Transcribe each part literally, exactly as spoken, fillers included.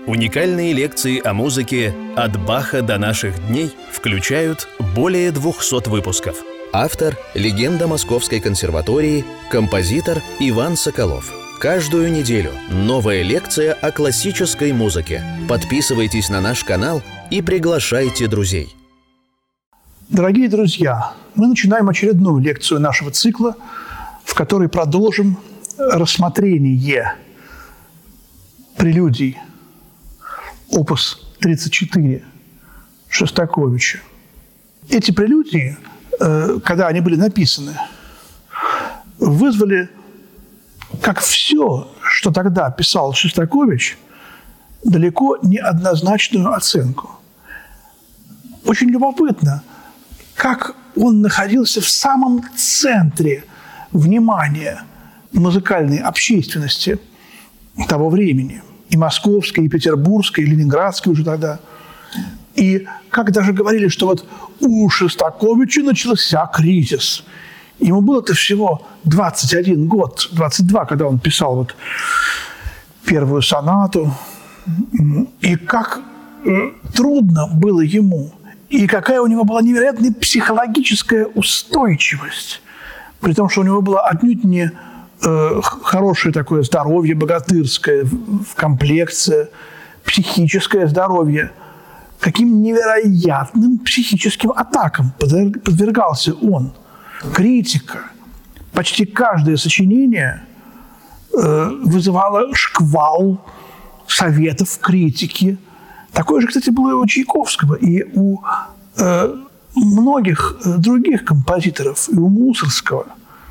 Уникальные лекции о музыке «От Баха до наших дней» включают более двухсот выпусков. Автор – легенда Московской консерватории, композитор Иван Соколов. Каждую неделю новая лекция о классической музыке. Подписывайтесь на наш канал и приглашайте друзей. Дорогие друзья, мы начинаем очередную лекцию нашего цикла, в которой продолжим рассмотрение прелюдий опус тридцать четыре Шостаковича. Эти прелюдии, когда они были написаны, вызвали, как все, что тогда писал Шостакович, далеко не однозначную оценку. Очень любопытно, как он находился в самом центре внимания музыкальной общественности того времени. И московской, и петербургской, и ленинградской уже тогда. И как даже говорили, что вот у Шостаковича начался кризис. Ему было-то всего двадцать один год, двадцать два, когда он писал вот первую сонату. И как трудно было ему, и какая у него была невероятная психологическая устойчивость. При том, что у него было отнюдь не э, хорошее такое здоровье богатырское в комплекте, психическое здоровье. Каким невероятным психическим атакам подвергался он. Критика. Почти каждое сочинение э, вызывало шквал советов, критики. Такое же, кстати, было и у Чайковского, и у э, многих других композиторов, и у Мусоргского.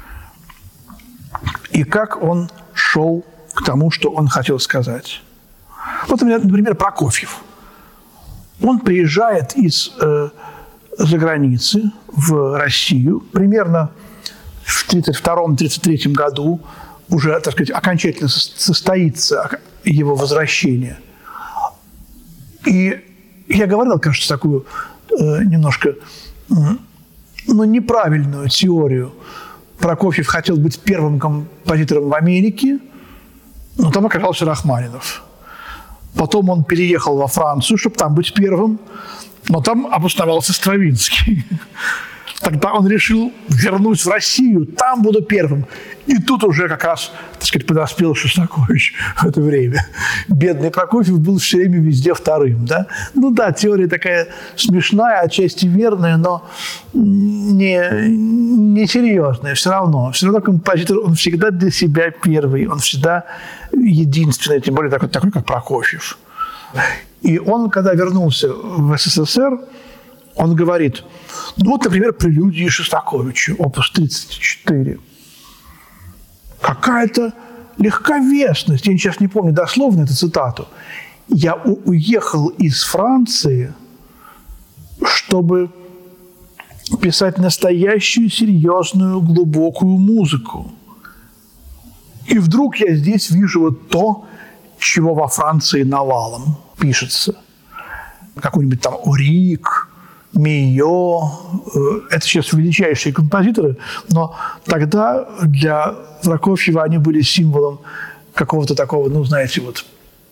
И как он шел к тому, что он хотел сказать. Вот, например, Прокофьев. Он приезжает из-за э, границы в Россию примерно в тридцать втором — тридцать третьем году, уже, так сказать, окончательно состоится его возвращение. И я говорил, кажется, такую э, немножко э, ну, неправильную теорию. Прокофьев хотел быть первым композитором в Америке, но там оказался Рахманинов. Потом он переехал во Францию, чтобы там быть первым, но там обосновался Стравинский. Тогда он решил вернуть в Россию, там буду первым. И тут уже как раз, так сказать, подоспел Шостакович в это время. Бедный Прокофьев был все время везде вторым. Да? Ну да, теория такая смешная, отчасти верная, но не, не серьезная все равно. Все равно композитор, он всегда для себя первый, он всегда единственный, тем более такой, такой как Прокофьев. И он, когда вернулся в СССР, он говорит, ну вот, например, прелюдии Шостаковича, опус тридцать четыре. Какая-то легковесность. Я сейчас не помню дословно эту цитату. Я уехал из Франции, чтобы писать настоящую, серьезную, глубокую музыку. И вдруг я здесь вижу вот то, чего во Франции навалом пишется. Какой-нибудь там Орик, Мийо. Это сейчас величайшие композиторы, но тогда для Прокофьева они были символом какого-то такого, ну, знаете, вот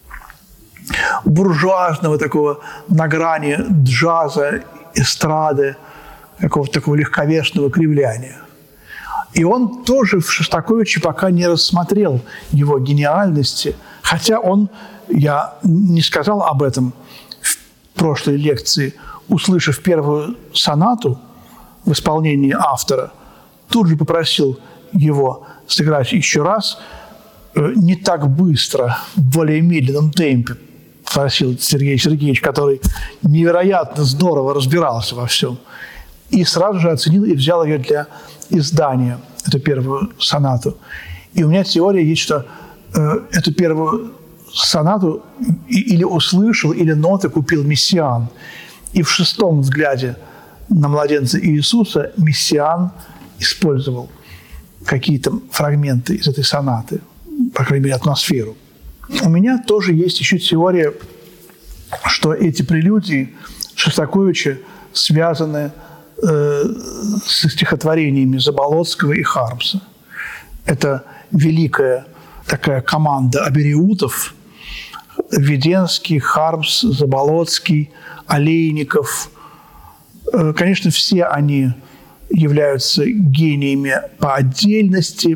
буржуазного такого на грани джаза, эстрады, какого-то такого легковесного кривляния. И он тоже в Шостаковиче пока не рассмотрел его гениальности, хотя он, я не сказал об этом в прошлой лекции, услышав первую сонату в исполнении автора, тут же попросил его сыграть еще раз, не так быстро, в более медленном темпе, просил Сергей Сергеевич, который невероятно здорово разбирался во всем. И сразу же оценил и взял ее для издания, эту первую сонату. И у меня теория есть, что э, эту первую сонату или услышал, или ноты купил Мессиан. И в шестом взгляде на младенца Иисуса Мессиан использовал какие-то фрагменты из этой сонаты, по крайней мере, атмосферу. У меня тоже есть еще теория, что эти прелюдии Шостаковича связаны э, со стихотворениями Заболоцкого и Хармса. Это великая такая команда абериутов, Введенский, Хармс, Заболоцкий, Олейников. Конечно, все они являются гениями по отдельности,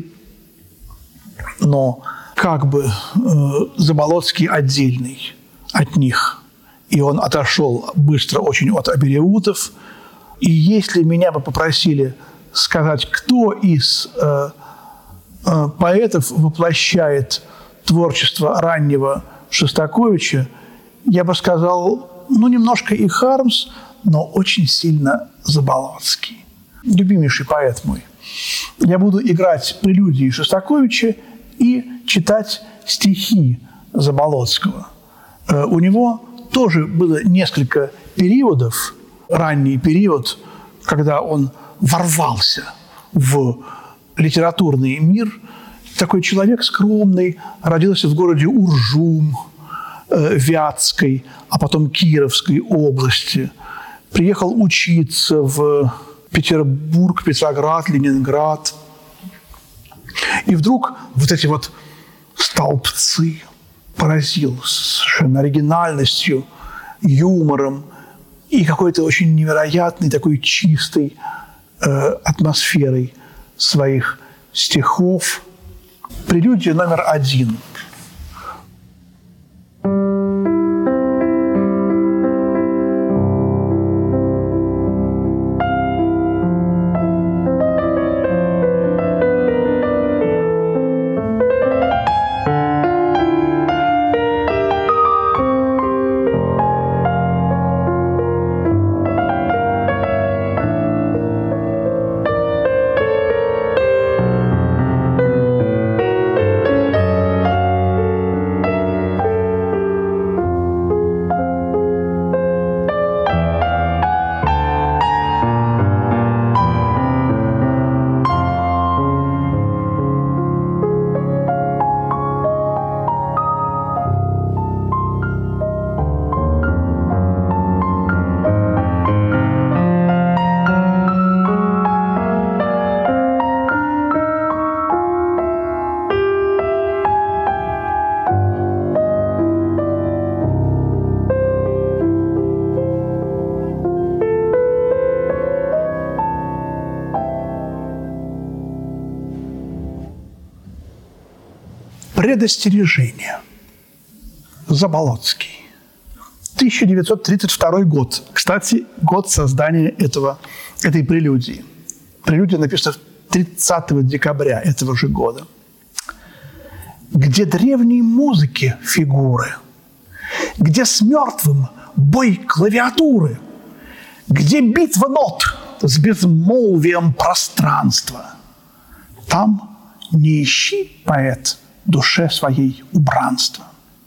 но как бы Заболоцкий отдельный от них. И он отошел быстро очень от абериутов. И если меня бы попросили сказать, кто из э, э, поэтов воплощает творчество раннего Шостаковича, я бы сказал, ну, немножко и Хармс, но очень сильно Заболоцкий. Любимейший поэт мой. Я буду играть прелюдии Шостаковича и читать стихи Заболоцкого. Э, у него тоже было несколько периодов, ранний период, когда он ворвался в литературный мир. Такой человек скромный, родился в городе Уржум, э, Вятской, а потом Кировской области. Приехал учиться в Петербург, Петроград, Ленинград. И вдруг вот эти вот столбцы поразил совершенно оригинальностью, юмором и какой-то очень невероятной такой чистой э, атмосферой своих стихов. Прелюдия номер один. Предостережение. Заболоцкий. тысяча девятьсот тридцать второй год. Кстати, год создания этого, этой прелюдии. Прелюдия написана тридцатого декабря этого же года. Где древней музыки фигуры, где с мертвым бой клавиатуры, где битва нот с безмолвием пространства. Там не ищи, поэт, душе своей убранства.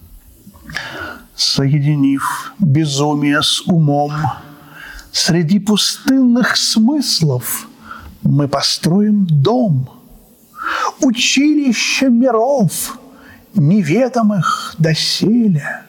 Соединив безумие с умом, среди пустынных смыслов мы построим дом, училище миров, неведомых доселе.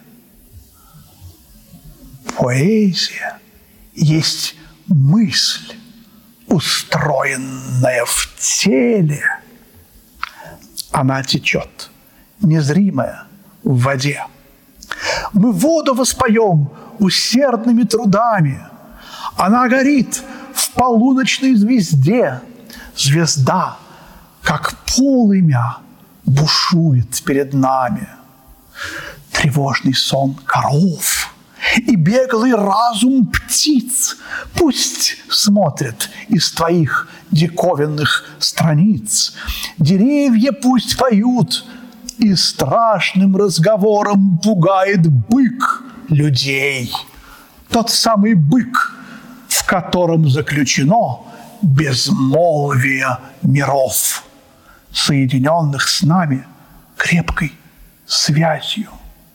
Поэзия есть мысль, устроенная в теле. Она течет, незримая, в воде. Мы воду воспоем усердными трудами. Она горит в полуночной звезде. Звезда, как полымя, бушует перед нами. Тревожный сон коров и беглый разум птиц пусть смотрят из твоих диковинных страниц. Деревья пусть поют, и страшным разговором пугает бык людей. Тот самый бык, в котором заключено безмолвие миров, соединенных с нами крепкой связью.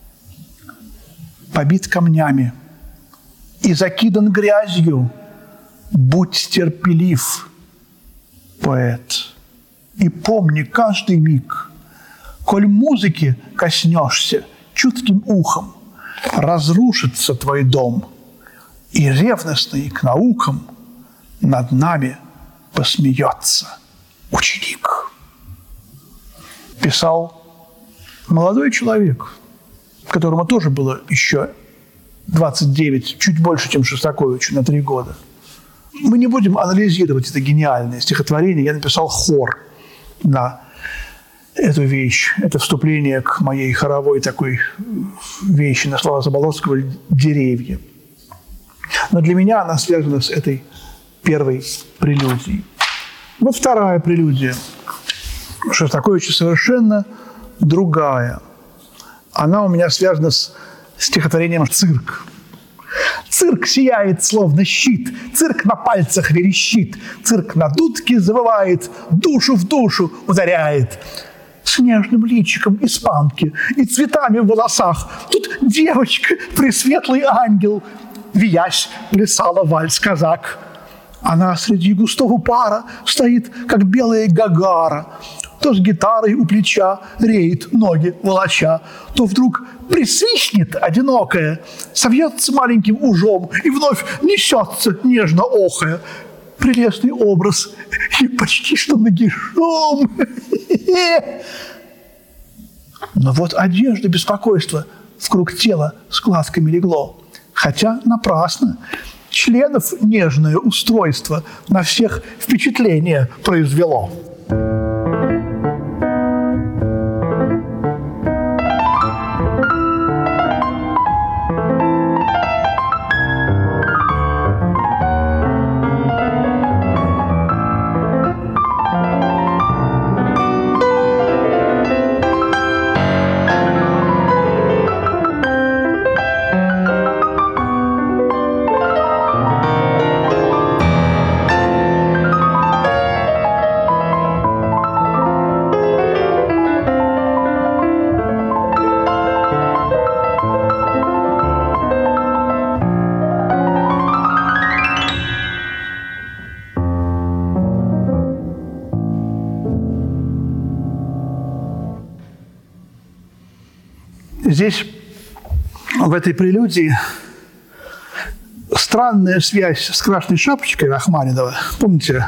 Побит камнями и закидан грязью, будь терпелив, поэт, и помни каждый миг, коль музыки коснешься чутким ухом, разрушится твой дом, и ревностный к наукам над нами посмеется ученик. Писал молодой человек, которому тоже было еще двадцать девять, чуть больше, чем Шостаковичу, на три года. Мы не будем анализировать это гениальное стихотворение. Я написал хор на эту вещь. Это вступление к моей хоровой такой вещи на слова Заболоцкого «Деревья». Но для меня она связана с этой первой прелюдией. Вот вторая прелюдия Шостаковича совершенно другая. Она у меня связана с стихотворением «Цирк». Цирк сияет, словно щит, цирк на пальцах верещит, цирк на дудке завывает, душу в душу ударяет. С нежным личиком испанки и цветами в волосах тут девочка, пресветлый ангел, виясь, плясала вальс-казак. Она среди густого пара стоит, как белая гагара, то с гитарой у плеча реет ноги волоча, то вдруг присвистнет одинокая, совьется маленьким ужом и вновь несется нежно охая. Прелестный образ и почти что нагишом. Но вот одежда беспокойства вкруг тела складками легло. Хотя напрасно. Членов нежное устройство на всех впечатление произвело. Здесь, в этой прелюдии, странная связь с «Красной шапочкой» Рахманинова. Помните?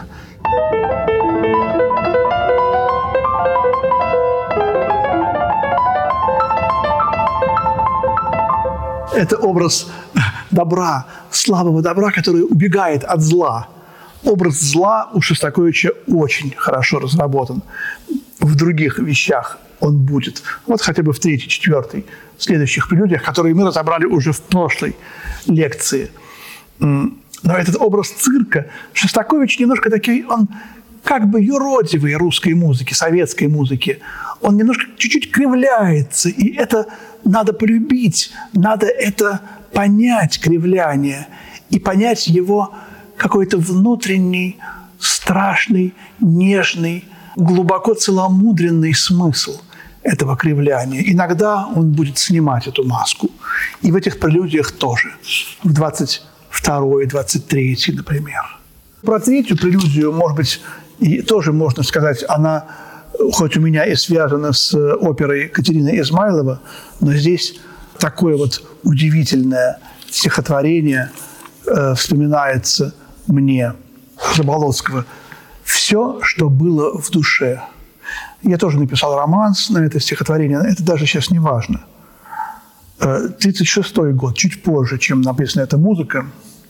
Это образ добра, слабого добра, который убегает от зла. Образ зла у Шостаковича очень хорошо разработан. В других вещах он будет. Вот хотя бы в третьей, четвертой, следующих прелюдиях, которые мы разобрали уже в прошлой лекции. Но этот образ цирка Шостакович немножко такой, он как бы юродивый русской музыки, советской музыки. Он немножко чуть-чуть кривляется, и это надо полюбить, надо это понять, кривляние, и понять его какой-то внутренний, страшный, нежный, глубоко целомудренный смысл этого кривляния. Иногда он будет снимать эту маску. И в этих прелюдиях тоже. В двадцать второй, двадцать третьей, например. Про третью прелюдию, может быть, и тоже можно сказать, она, хоть у меня и связана с оперой Катерины Измайлова, но здесь такое вот удивительное стихотворение э, вспоминается мне Заболоцкого. «Все, что было в душе». Я тоже написал романс на это стихотворение, это даже сейчас не важно. тридцать шестой год, чуть позже, чем написана эта музыка.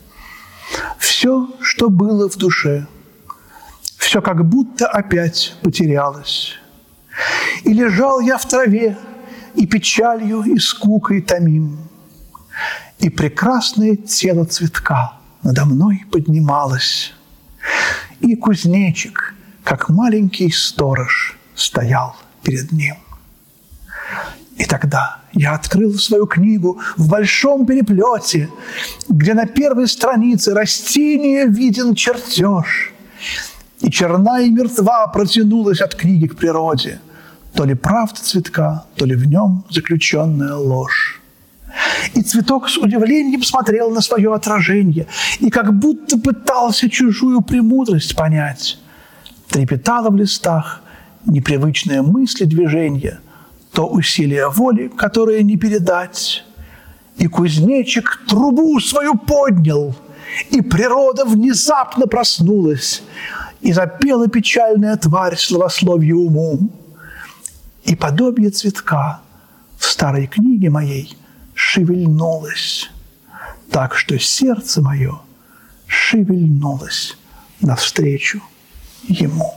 «Все, что было в душе, все как будто опять потерялось. И лежал я в траве, и печалью, и скукой томим, и прекрасное тело цветка надо мной поднималось, и кузнечик, как маленький сторож, стоял перед ним. И тогда я открыл свою книгу в большом переплете, где на первой странице растения виден чертеж, и черна и мертва протянулась от книги к природе, то ли правда цветка, то ли в нем заключенная ложь. И цветок с удивлением смотрел на свое отражение и как будто пытался чужую премудрость понять. Трепетало в листах непривычные мысли, движения, то усилие воли, которое не передать. И кузнечик трубу свою поднял, и природа внезапно проснулась, и запела печальная тварь словословие уму. И подобие цветка в старой книге моей шевельнулось, так что сердце мое шевельнулось навстречу ему.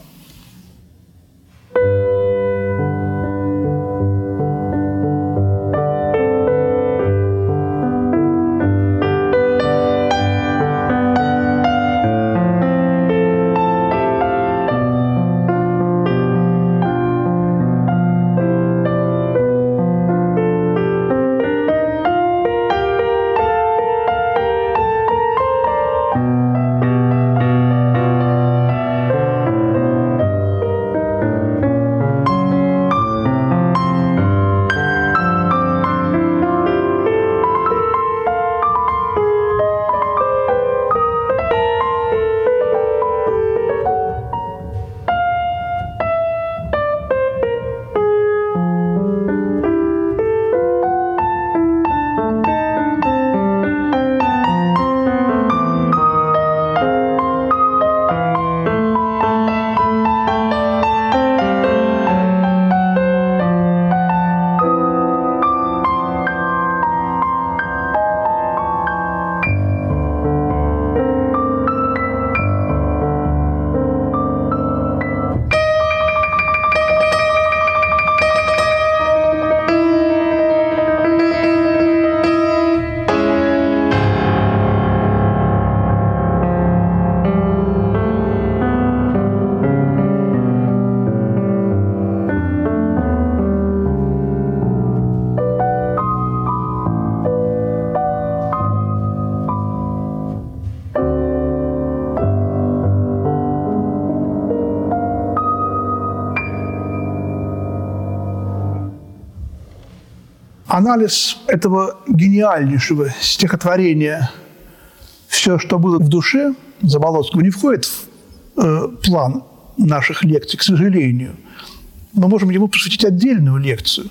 Анализ этого гениальнейшего стихотворения «Все, что было в душе» Заболоцкого не входит в э, план наших лекций, к сожалению. Мы можем ему посвятить отдельную лекцию.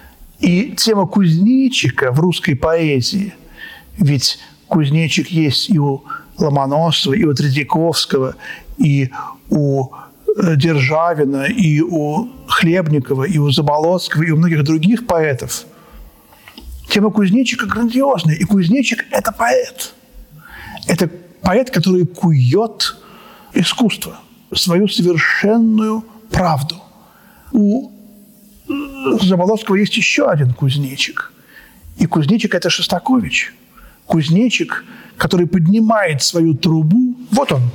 И тема кузнечика в русской поэзии, ведь кузнечик есть и у Ломоносова, и у Тредьяковского, и у Державина, и у Хлебникова, и у Заболоцкого, и у многих других поэтов. Тема кузнечика грандиозная, и кузнечик – это поэт. Это поэт, который кует искусство, свою совершенную правду. У Заболоцкого есть еще один кузнечик. И кузнечик – это Шостакович. Кузнечик, который поднимает свою трубу. Вот он.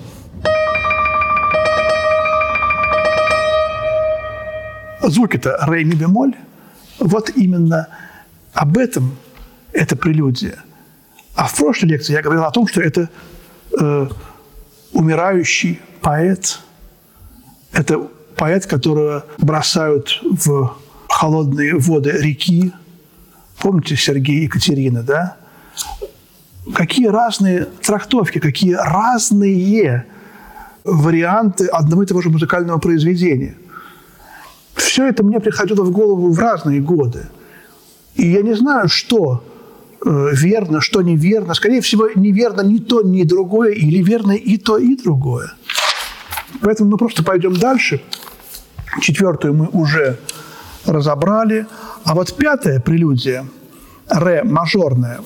Звуки-то ре, ми, бемоль. Вот именно об этом эта прелюдия. А в прошлой лекции я говорил о том, что это э, умирающий поэт. Это поэт, которого бросают в холодные воды реки. Помните Сергея и Екатерина, да? Какие разные трактовки, какие разные варианты одного и того же музыкального произведения. Все это мне приходило в голову в разные годы. И я не знаю, что э, верно, что неверно. Скорее всего, неверно ни то, ни другое, или верно и то, и другое. Поэтому мы просто пойдем дальше. Четвертую мы уже разобрали. А вот пятая прелюдия, ре мажорная,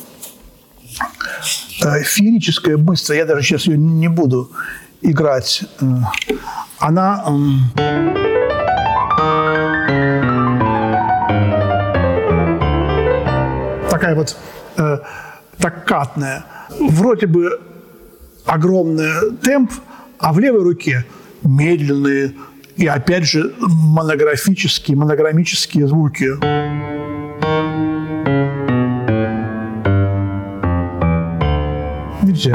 э, феерическая, быстрая, я даже сейчас ее не буду играть, э, она... Э, такая вот э, таккатная. Вроде бы огромный темп, а в левой руке медленные и, опять же, монографические, монограммические звуки. Видите?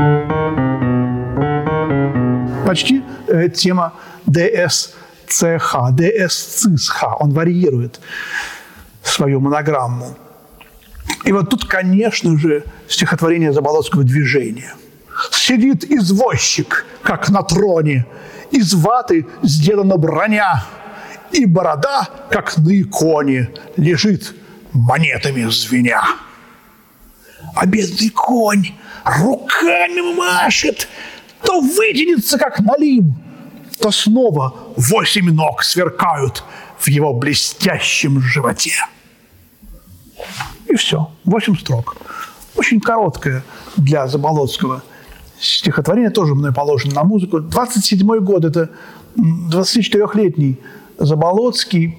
Почти э, тема ди эс си эйч, ди эс си эйч. Он варьирует свою монограмму. И вот тут, конечно же, стихотворение Заболоцкого «Движение». «Сидит извозчик, как на троне, из ваты сделана броня, и борода, как на иконе, лежит монетами звеня. А бедный конь руками машет, то вытянется, как налим, то снова восемь ног сверкают в его блестящем животе». И все. Восемь строк. Очень короткое для Заболоцкого стихотворение, тоже мной положено на музыку. двадцать седьмой год, это двадцатичетырёхлетний Заболоцкий.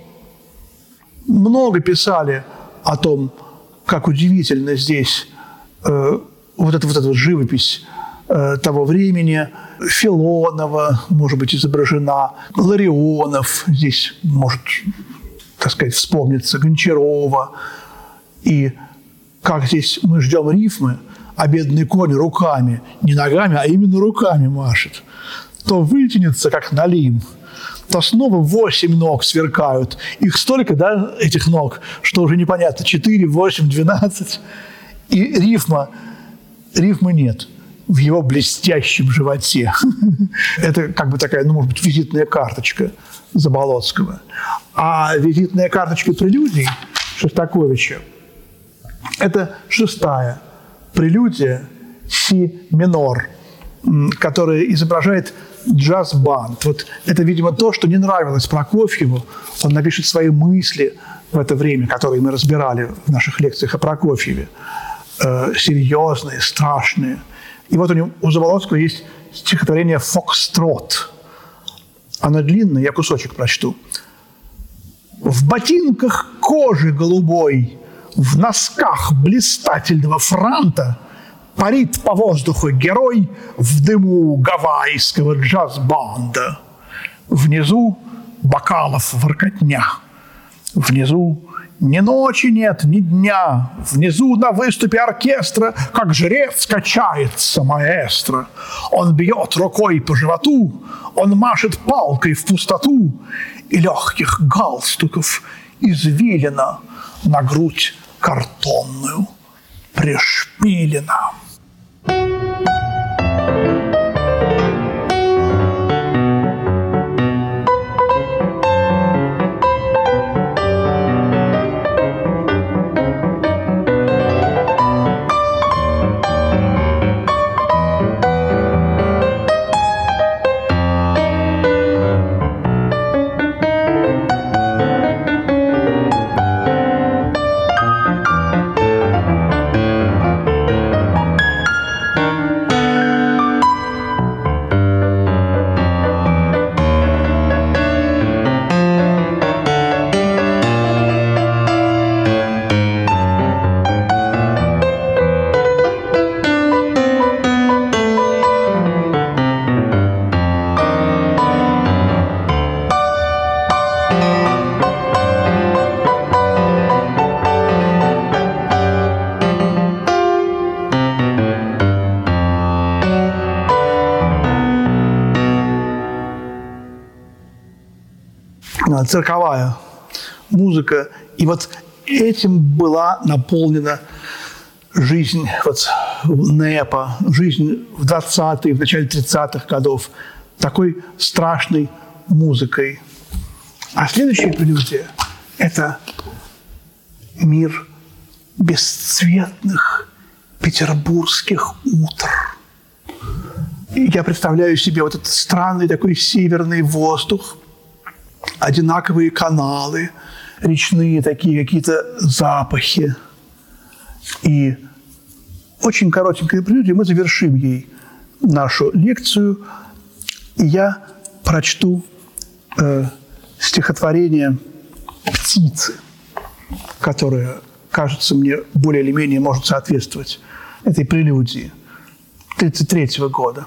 Много писали о том, как удивительно здесь э, вот эта вот эта вот живопись э, того времени. Филонова, может быть, изображена, Ларионов здесь может, так сказать, вспомниться, Гончарова. И как здесь мы ждем рифмы, а бедный конь руками, не ногами, а именно руками машет. То вытянется, как налим, то снова восемь ног сверкают. Их столько, да, этих ног, что уже непонятно, четыре, восемь, двенадцать. И рифма, рифмы нет в его блестящем животе. Это как бы такая, ну, может быть, визитная карточка Заболоцкого. А визитная карточка прелюдий Шостаковича – это шестая прелюдия си минор, которая изображает джаз-банд. Вот это, видимо, то, что не нравилось Прокофьеву. Он напишет свои мысли в это время, которые мы разбирали в наших лекциях о Прокофьеве. Э, серьезные, страшные. И вот у него, у Заболоцкого есть стихотворение «Фокстрот». Оно длинное, я кусочек прочту. «В ботинках кожи голубой, в носках блистательного франта парит по воздуху герой в дыму гавайского джаз-банда. Внизу бокалов воркотня, внизу ни ночи нет, ни дня, внизу на выступе оркестра, как жрец качается маэстро. Он бьет рукой по животу, он машет палкой в пустоту, и легких галстуков извилина на грудь картонную пришпилена». Цирковая музыка. И вот этим была наполнена жизнь вот НЭПа, жизнь в двадцатые, в начале тридцатых годов такой страшной музыкой. А следующая прелюдия – это мир бесцветных петербургских утр. И я представляю себе вот этот странный такой северный воздух, одинаковые каналы, речные такие какие-то запахи. И очень коротенькая прелюдия, мы завершим ей нашу лекцию. И я прочту э, стихотворение «Птицы», которое, кажется мне, более или менее может соответствовать этой прелюдии тридцать третьего года.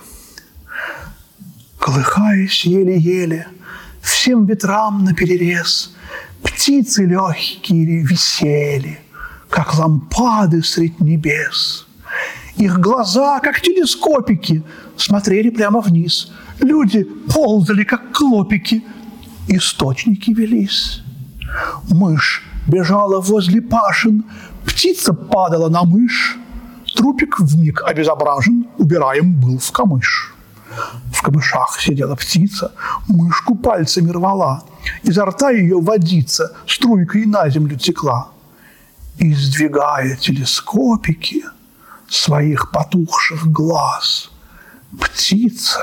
Колыхаясь еле-еле, всем ветрам наперерез, птицы легкие висели, как лампады средь небес. Их глаза, как телескопики, смотрели прямо вниз. Люди ползали, как клопики, источники велись. Мышь бежала возле пашин, птица падала на мышь. Трупик вмиг обезображен, убираем был в камыш. В камышах сидела птица, мышку пальцами рвала, изо рта ее водица струйкой на землю текла. И, сдвигая телескопики своих потухших глаз, птица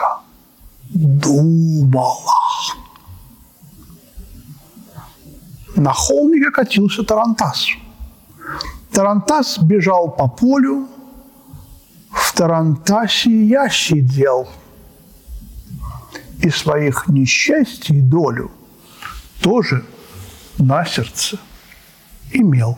думала. На холмике катился тарантас. Тарантас бежал по полю, в тарантасе ящий дел, и своих несчастий долю тоже на сердце имел.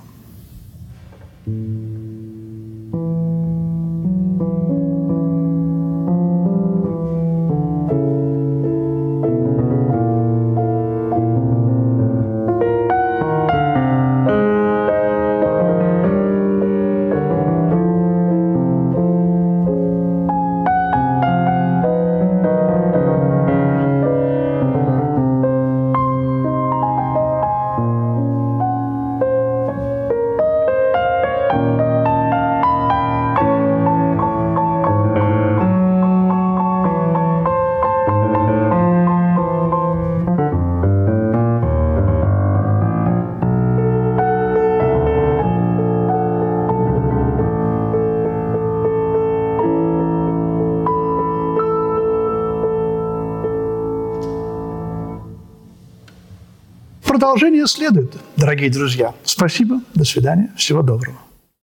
Продолжение следует, дорогие друзья. Спасибо, до свидания, всего доброго.